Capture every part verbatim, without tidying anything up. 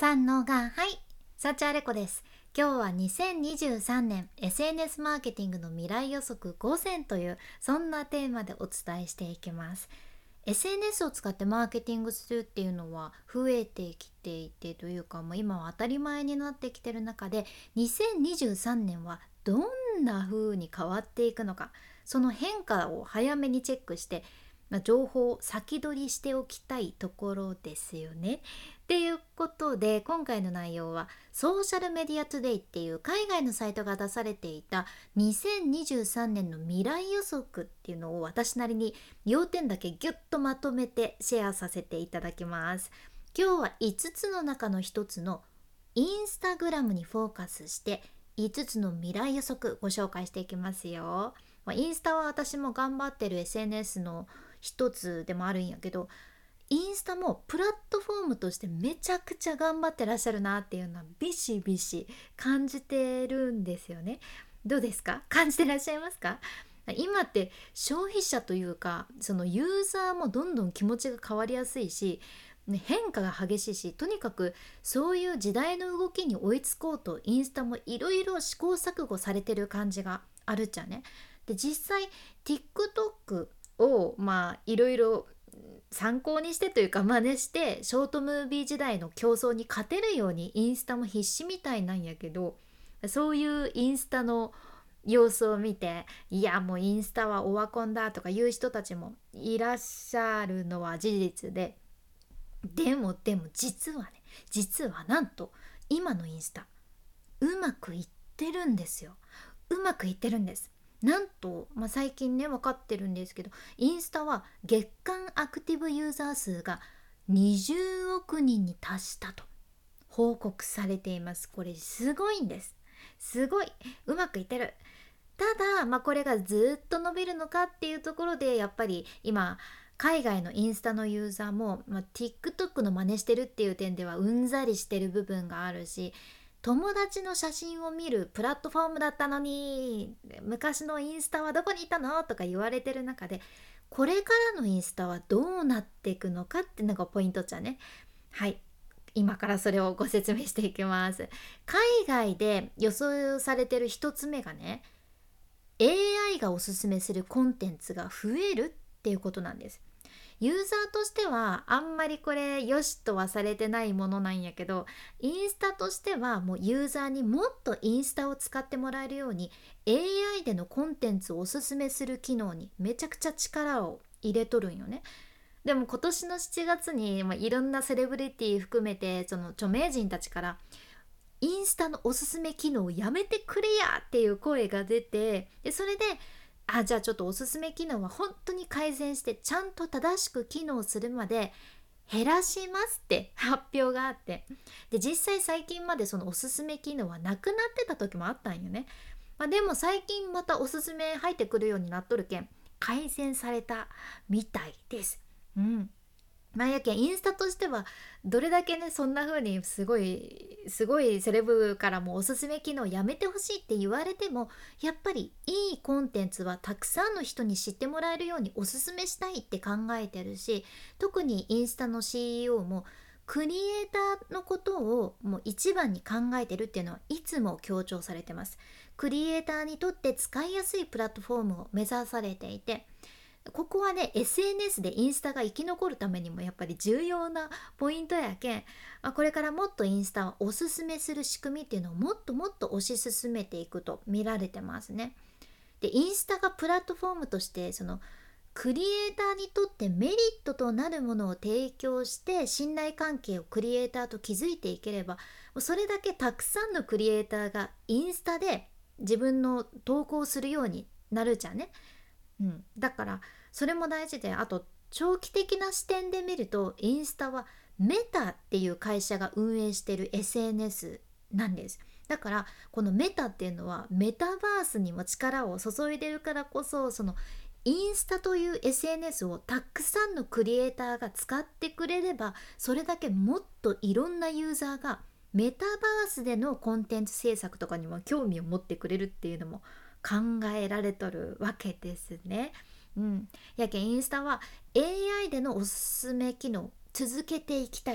三のがはい、サチアレコです。今日はにせんにじゅうさんねん エスエヌエス マーケティングの未来予測ごせんというそんなテーマでお伝えしていきます。エスエヌエス を使ってマーケティングするっていうのは増えてきていてというか、もう今は当たり前になってきてる中で、にせんにじゅうさんねんはどんな風に変わっていくのか、その変化を早めにチェックして、まあ、情報を先取りしておきたいところですよね。っていうことで、今回の内容はソーシャルメディアトゥデイっていう海外のサイトが出されていたにせんにじゅうさんねんの未来予測っていうのを私なりに要点だけギュッとまとめてシェアさせていただきます。今日はいつつの中のひとつのインスタグラムにフォーカスしていつつの未来予測ご紹介していきますよ。まあインスタは私も頑張ってる エスエヌエス の一つでもあるんやけど、インスタもプラットフォームとしてめちゃくちゃ頑張ってらっしゃるなっていうのはビシビシ感じてるんですよね。どうですか？感じてらっしゃいますか？今って消費者というか、そのユーザーもどんどん気持ちが変わりやすいし、ね、変化が激しいし、とにかくそういう時代の動きに追いつこうとインスタもいろいろ試行錯誤されてる感じがあるっちゃね。で実際 TikTok をまあいろいろ参考にしてというか真似して、ショートムービー時代の競争に勝てるようにインスタも必死みたいなんやけど、そういうインスタの様子を見て、いやもうインスタはオワコンだとかいう人たちもいらっしゃるのは事実で、でもでも実はね、実はなんと今のインスタうまくいってるんですよ。うまくいってるんです。なんと、まあ、最近ね分かってるんですけど、インスタは月間アクティブユーザー数がにじゅうおくにんに達したと報告されています。これすごいんです。すごい、うまくいってる。ただ、まあ、これがずっと伸びるのかっていうところで、やっぱり今海外のインスタのユーザーも、まあ、TikTok の真似してるっていう点ではうんざりしてる部分があるし、友達の写真を見るプラットフォームだったのに昔のインスタはどこにいたのとか言われてる中で、これからのインスタはどうなっていくのかっていうのがポイントじゃね。はい、今からそれをご説明していきます。海外で予想されてる一つ目がね、 エーアイ がおすすめするコンテンツが増えるっていうことなんです。ユーザーとしてはあんまりこれ良しとはされてないものなんやけど、インスタとしてはもうユーザーにもっとインスタを使ってもらえるように エーアイ でのコンテンツをおすすめする機能にめちゃくちゃ力を入れとるんよね。でも今年のしちがつに、まあ、いろんなセレブリティ含めてその著名人たちからインスタのおすすめ機能をやめてくれやっていう声が出て、でそれであじゃあちょっとおすすめ機能は本当に改善してちゃんと正しく機能するまで減らしますって発表があって、で実際最近までそのおすすめ機能はなくなってた時もあったんよね。まあ、でも最近またおすすめ入ってくるようになっとるけん改善されたみたいです。うん、まあやけんインスタとしてはどれだけね、そんな風にすごいすごいセレブからもおすすめ機能やめてほしいって言われても、やっぱりいいコンテンツはたくさんの人に知ってもらえるようにおすすめしたいって考えてるし、特にインスタの シーイーオー もクリエイターのことをもう一番に考えてるっていうのはいつも強調されてます。クリエイターにとって使いやすいプラットフォームを目指されていて、ここはね エスエヌエス でインスタが生き残るためにもやっぱり重要なポイントやけん、まあ、これからもっとインスタをおすすめする仕組みっていうのをもっともっと推し進めていくと見られてますね。でインスタがプラットフォームとしてそのクリエイターにとってメリットとなるものを提供して信頼関係をクリエイターと築いていければ、それだけたくさんのクリエイターがインスタで自分の投稿をするようになるじゃんね。うん、だからそれも大事で、あと長期的な視点で見るとインスタはメタっていう会社が運営している エスエヌエス なんです。だからこのメタっていうのはメタバースにも力を注いでるからこそ、そのインスタという エスエヌエス をたくさんのクリエイターが使ってくれれば、それだけもっといろんなユーザーがメタバースでのコンテンツ制作とかにも興味を持ってくれるっていうのも考えられとるわけですね。うん、やけんインスタは エーアイ でのおすすめ機能続けていきたい、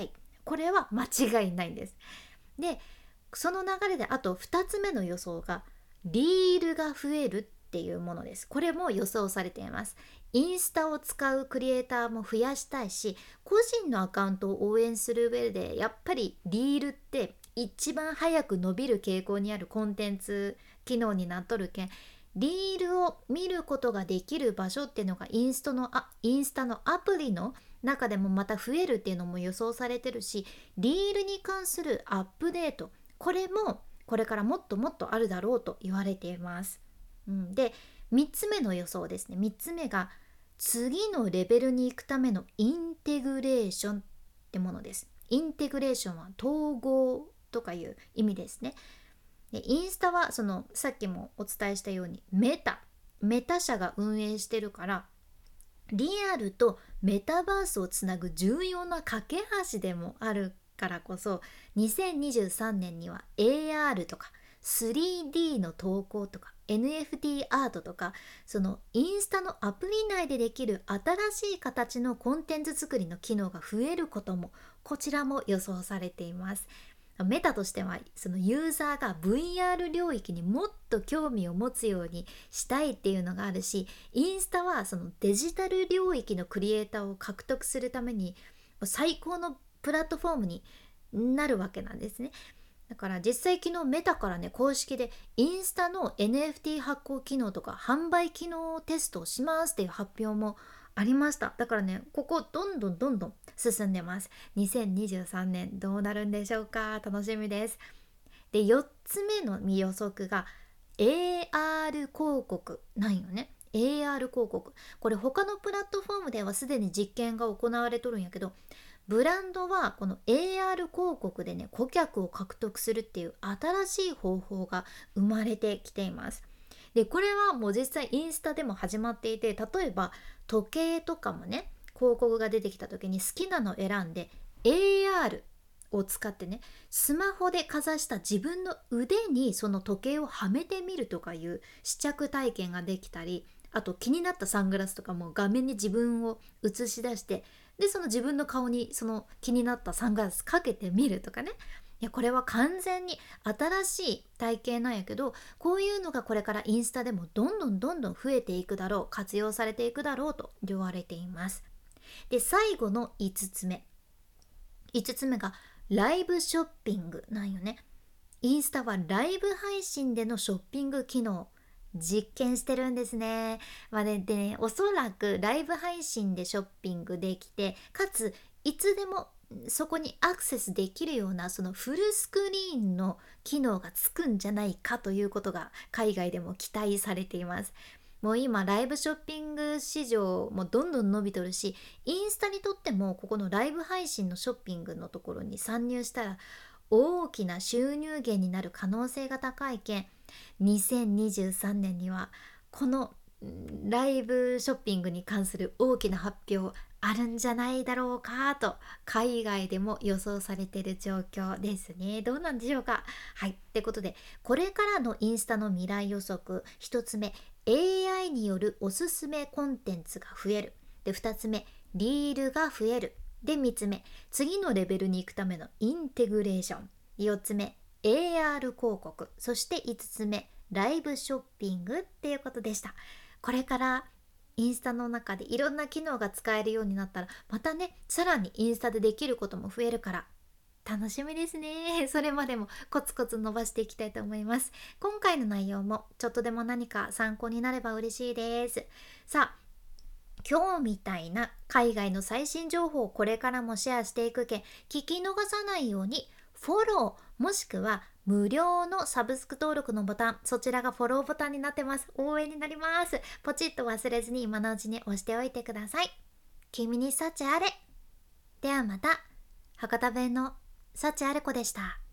これは間違いないんです。でその流れであとふたつめの予想がリールが増えるっていうものです。これも予想されています。インスタを使うクリエイターも増やしたいし、個人のアカウントを応援する上でやっぱりリールって一番早く伸びる傾向にあるコンテンツ機能になっとるけん、リールを見ることができる場所っていうのがインスタのあインスタのアプリの中でもまた増えるっていうのも予想されてるし、リールに関するアップデート、これもこれからもっともっとあるだろうと言われています。うん、でみっつめの予想ですね。みっつめが次のレベルに行くためのインテグレーションってものです。インテグレーションは統合とかいう意味ですね。でインスタはそのさっきもお伝えしたようにメタメタ社が運営してるから、リアルとメタバースをつなぐ重要な架け橋でもあるからこそ、にせんにじゅうさんねんには エーアール とか スリーディー の投稿とか エヌエフティー アートとか、そのインスタのアプリ内でできる新しい形のコンテンツ作りの機能が増えることも、こちらも予想されています。メタとしてはそのユーザーが ブイアール 領域にもっと興味を持つようにしたいっていうのがあるし、インスタはそのデジタル領域のクリエイターを獲得するために最高のプラットフォームになるわけなんですね。だから実際昨日メタからね、公式でインスタの エヌエフティー 発行機能とか販売機能をテストをしますっていう発表もありました。だからね、ここどんどんどんどん進んでます。にせんにじゅうさんねんどうなるんでしょうか。楽しみです。でよっつめの予測が エーアール 広告なんよね。 エーアール 広告、これ他のプラットフォームではすでに実験が行われとるんやけど、ブランドはこの エーアール 広告でね顧客を獲得するっていう新しい方法が生まれてきています。でこれはもう実際インスタでも始まっていて、例えば時計とかもね、広告が出てきた時に好きなの選んで エーアール を使ってね、スマホでかざした自分の腕にその時計をはめてみるとかいう試着体験ができたり、あと気になったサングラスとかも画面に自分を映し出して、でその自分の顔にその気になったサングラスかけてみるとかね。いやこれは完全に新しい体験なんやけど、こういうのがこれからインスタでもどんどんどんどん増えていくだろう、活用されていくだろうと言われています。で最後のいつつめいつつめがライブショッピングなんよね。インスタはライブ配信でのショッピング機能実験してるんですね。まあ、でね、おそらくライブ配信でショッピングできて、かついつでもそこにアクセスできるようなそのフルスクリーンの機能がつくんじゃないかということが海外でも期待されています。もう今ライブショッピング市場もどんどん伸びとるし、インスタにとってもここのライブ配信のショッピングのところに参入したら大きな収入源になる可能性が高いけん、にせんにじゅうさんねんにはこのライブショッピングに関する大きな発表あるんじゃないだろうかと海外でも予想されている状況ですね。どうなんでしょうか。はい、ってことでこれからのインスタの未来予測、ひとつめ エーアイ によるおすすめコンテンツが増える。でふたつめリールが増える。でみっつめ次のレベルに行くためのインテグレーション。よっつめ エーアール 広告。そしていつつめライブショッピングっていうことでした。これからインスタの中でいろんな機能が使えるようになったら、またねさらにインスタでできることも増えるから楽しみですね。それまでもコツコツ伸ばしていきたいと思います。今回の内容もちょっとでも何か参考になれば嬉しいです。さあ今日みたいな海外の最新情報をこれからもシェアしていくけん、聞き逃さないようにフォローもしくは無料のサブスク登録のボタン、そちらがフォローボタンになってます。応援になります。ポチッと忘れずに今のうちに押しておいてください。君に幸あれ。ではまた。博多弁の幸あれ子でした。